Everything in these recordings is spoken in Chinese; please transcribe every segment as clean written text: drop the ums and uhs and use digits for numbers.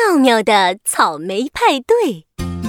妙妙的草莓派对。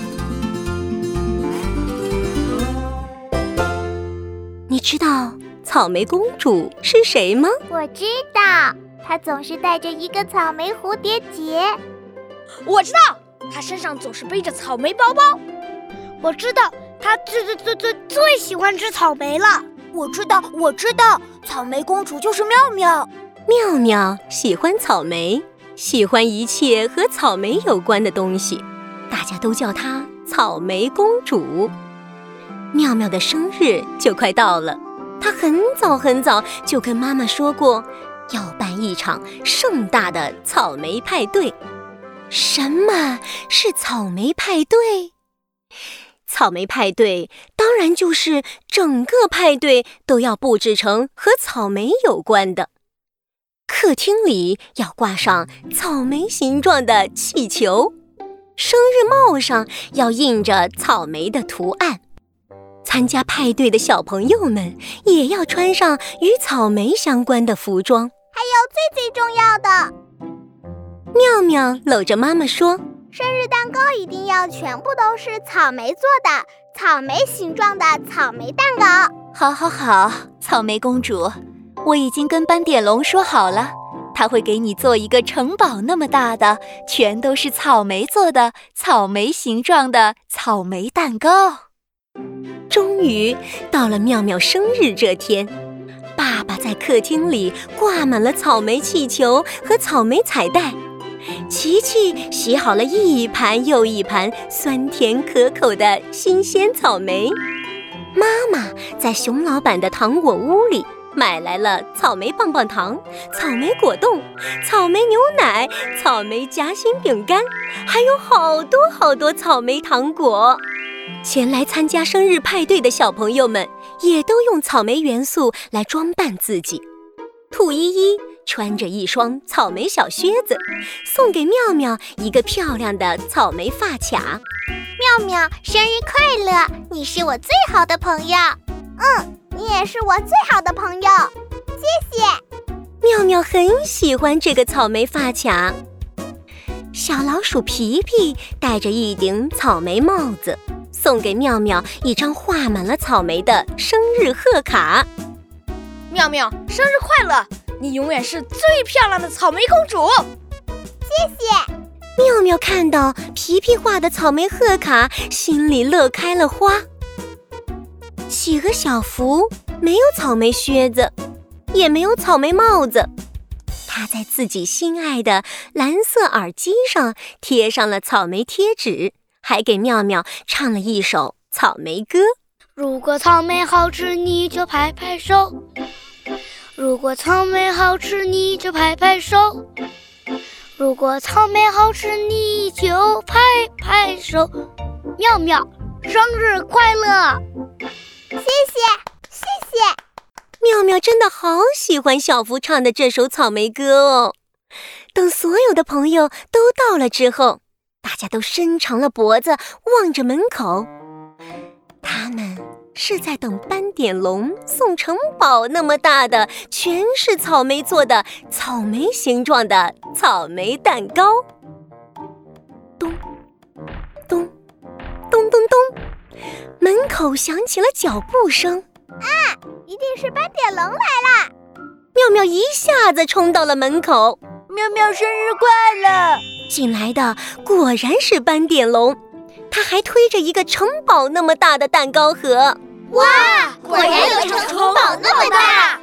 你知道草莓公主是谁吗？ 我知道，她总是带着一个草莓蝴蝶结。 我知道，她身上总是背着草莓包包。 我知道，她最喜欢吃草莓了。 我知道，草莓公主就是妙妙。 妙妙喜欢草莓，喜欢一切和草莓有关的东西，大家都叫她草莓公主。妙妙的生日就快到了，她很早就跟妈妈说过，要办一场盛大的草莓派对。什么是草莓派对？草莓派对当然就是整个派对都要布置成和草莓有关的。客厅里要挂上草莓形状的气球，生日帽上要印着草莓的图案。参加派对的小朋友们也要穿上与草莓相关的服装。 还有最重要的， 妙妙搂着妈妈说， 生日蛋糕一定要全部都是草莓做的，草莓形状的草莓蛋糕。 好，草莓公主，我已经跟斑点龙说好了，他会给你做一个城堡那么大的，全都是草莓做的，草莓形状的草莓蛋糕。 终于到了妙妙生日这天，爸爸在客厅里挂满了草莓气球和草莓彩带，琪琪洗好了一盘又一盘酸甜可口的新鲜草莓。妈妈在熊老板的糖果屋里买来了草莓棒棒糖、草莓果冻、草莓牛奶、草莓夹心饼干，还有好多草莓糖果。前来参加生日派对的小朋友们也都用草莓元素来装扮自己。兔依依穿着一双草莓小靴子，送给妙妙一个漂亮的草莓发卡。 妙妙，生日快乐！你是我最好的朋友。你也是我最好的朋友。谢谢。 妙妙很喜欢这个草莓发卡。小老鼠皮皮戴着一顶草莓帽子，送给妙妙一张画满了草莓的生日贺卡。 妙妙，生日快乐！你永远是最漂亮的草莓公主。 谢谢。 妙妙看到皮皮画的草莓贺卡，心里乐开了花。企鹅小福没有草莓靴子，也没有草莓帽子，他在自己心爱的蓝色耳机上贴上了草莓贴纸，还给妙妙唱了一首草莓歌。 如果草莓好吃，你就拍拍手；如果草莓好吃，你就拍拍手；如果草莓好吃，你就拍拍手。妙妙，生日快乐！ 谢谢。 妙妙真的好喜欢小福唱的这首草莓歌哦。等所有的朋友都到了之后，大家都伸长了脖子望着门口，他们是在等斑点龙送城堡那么大的全是草莓做的草莓形状的草莓蛋糕。咚咚咚咚咚，门口响起了脚步声。 一定是斑点龙来了。 妙妙一下子冲到了门口。 妙妙生日快乐！ 进来的果然是斑点龙，他还推着一个城堡那么大的蛋糕盒。 哇，果然有城堡那么大！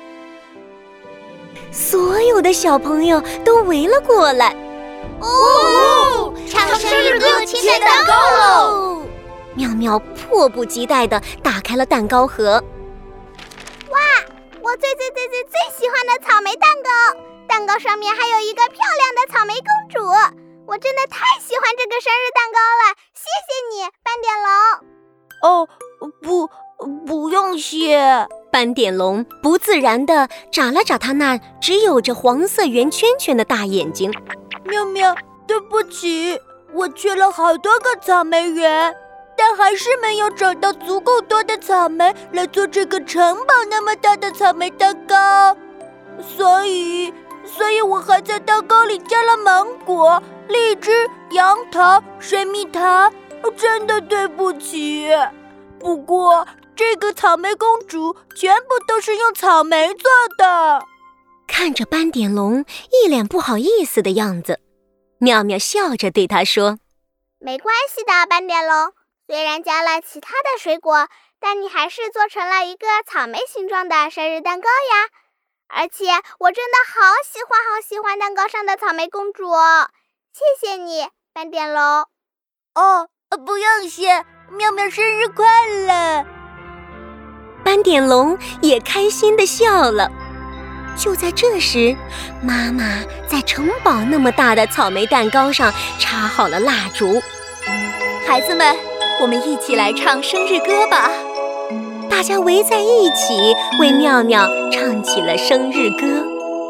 所有的小朋友都围了过来。 唱生日歌切蛋糕喽！ 妙妙迫不及待地打开了蛋糕盒。 哇，我最喜欢的草莓蛋糕，蛋糕上面还有一个漂亮的草莓公主，我真的太喜欢这个生日蛋糕了，谢谢你，斑点龙。 不用谢。 斑点龙不自然地眨了眨他那只有着黄色圆圈圈的大眼睛。 妙妙，对不起，我去了好多个草莓园，但还是没有找到足够多的草莓来做这个城堡那么大的草莓蛋糕，所以我还在蛋糕里加了芒果， 荔枝、杨桃、水蜜桃，真的对不起。不过这个草莓公主全部都是用草莓做的。 看着斑点龙一脸不好意思的样子，妙妙笑着对他说：“ 没关系的，斑点龙。虽然加了其他的水果，但你还是做成了一个草莓形状的生日蛋糕呀。而且我真的好喜欢蛋糕上的草莓公主哦。谢谢你，斑点龙。” 哦，不用谢，妙妙生日快乐。 斑点龙也开心地笑了。就在这时，妈妈在城堡那么大的草莓蛋糕上插好了蜡烛。 孩子们，我们一起来唱生日歌吧！ 大家围在一起，为妙妙唱起了生日歌。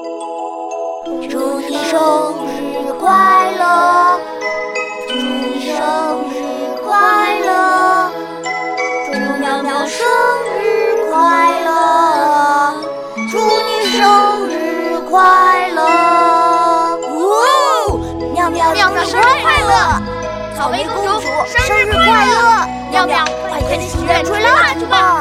祝你生日快乐，祝你生日快乐，祝妙妙生日快乐，祝你生日快乐！妙妙生日快乐！草莓公主生日快乐！妙妙，快点许愿吹蜡烛吧！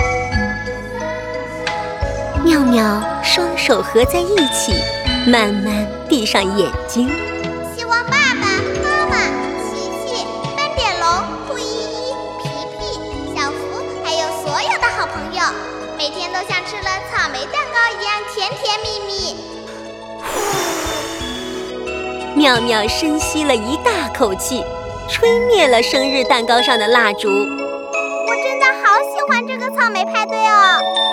妙妙双手合在一起，慢慢闭上眼睛。 希望爸爸妈妈、琪琪、斑点龙、兔依依、皮皮、小福，还有所有的好朋友，每天都像吃了草莓蛋糕一样甜甜蜜蜜。 妙妙深吸了一大口气，吹灭了生日蛋糕上的蜡烛。 我真的好喜欢这个草莓派对哦！